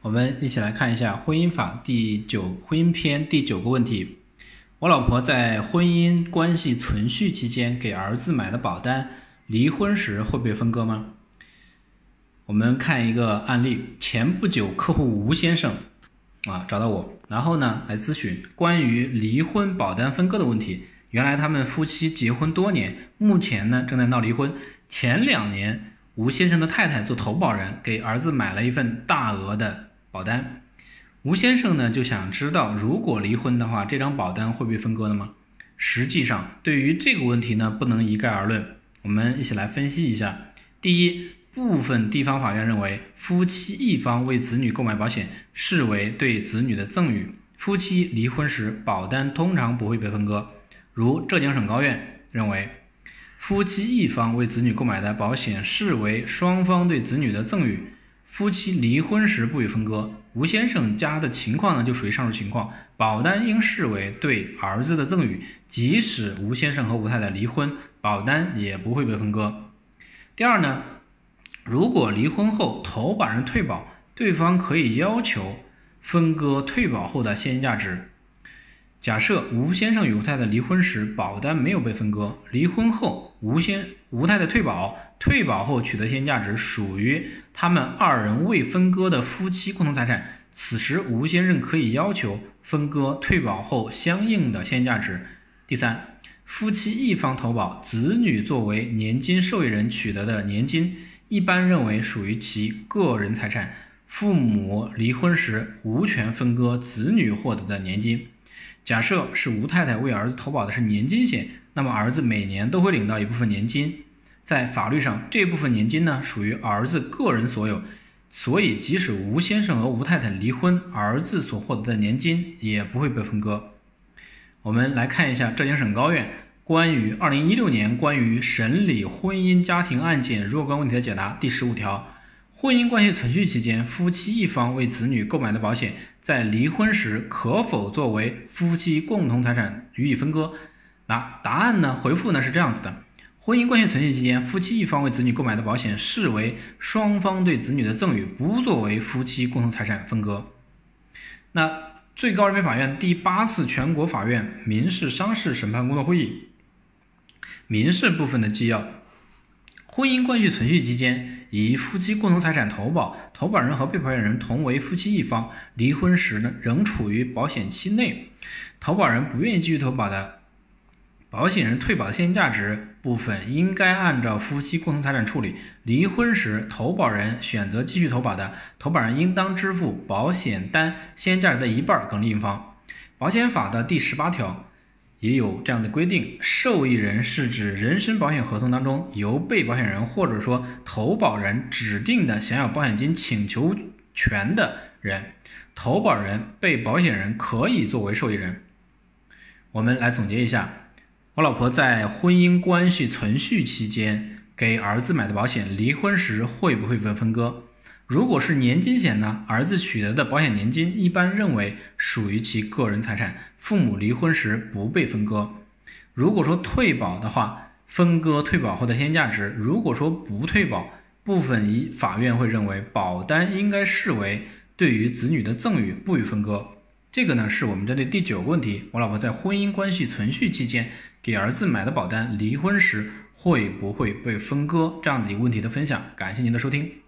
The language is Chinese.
我们一起来看一下婚姻法婚姻篇第9个问题。我老婆在婚姻关系存续期间给儿子买的保单，离婚时会被分割吗？我们看一个案例，前不久客户吴先生找到我，然后呢来咨询关于离婚保单分割的问题。原来他们夫妻结婚多年，目前呢正在闹离婚。前2年吴先生的太太做投保人，给儿子买了一份大额的保单。吴先生呢就想知道，如果离婚的话，这张保单会被分割的吗？实际上对于这个问题呢不能一概而论，我们一起来分析一下。第一，部分地方法院认为，夫妻一方为子女购买保险视为对子女的赠与，夫妻离婚时保单通常不会被分割。如浙江省高院认为，夫妻一方为子女购买的保险视为双方对子女的赠与，夫妻离婚时不予分割。吴先生家的情况呢就属于上述情况，保单应视为对儿子的赠与，即使吴先生和吴太太离婚，保单也不会被分割。第二呢，如果离婚后投保人退保，对方可以要求分割退保后的现金价值。假设吴先生与吴太太离婚时，保单没有被分割，离婚后吴太太退保，退保后取得现金价值属于他们2人未分割的夫妻共同财产，此时吴先生可以要求分割退保后相应的现金价值。第三，夫妻一方投保，子女作为年金受益人取得的年金，一般认为属于其个人财产，父母离婚时无权分割子女获得的年金。假设是吴太太为儿子投保的是年金险，那么儿子每年都会领到一部分年金，在法律上这部分年金呢属于儿子个人所有，所以即使吴先生和吴太太离婚，儿子所获得的年金也不会被分割。我们来看一下浙江省高院关于2016年关于审理婚姻家庭案件若干问题的解答第15条，婚姻关系存续期间，夫妻一方为子女购买的保险，在离婚时可否作为夫妻共同财产予以分割？答案呢，回复呢是这样子的：婚姻关系存续期间，夫妻一方为子女购买的保险视为双方对子女的赠与，不作为夫妻共同财产分割。那最高人民法院第8次全国法院民事商事审判工作会议民事部分的纪要，婚姻关系存续期间，以夫妻共同财产投保，投保人和被保险人同为夫妻一方，离婚时呢仍处于保险期内，投保人不愿意继续投保的，保险人退保的现金价值部分应该按照夫妻共同财产处理。离婚时投保人选择继续投保的，投保人应当支付保险单现金价值的1半给另一方。保险法的第18条也有这样的规定，受益人是指人身保险合同当中由被保险人或者说投保人指定的享有保险金请求权的人，投保人、被保险人可以作为受益人。我们来总结一下，我老婆在婚姻关系存续期间给儿子买的保险，离婚时会不会被分割？如果是年金险呢，儿子取得的保险年金一般认为属于其个人财产，父母离婚时不被分割。如果说退保的话，分割退保后的现金价值；如果说不退保，部分法院会认为保单应该视为对于子女的赠与，不予分割。这个呢是我们针对第9个问题，我老婆在婚姻关系存续期间给儿子买的保单，离婚时会不会被分割这样的一个问题的分享。感谢您的收听。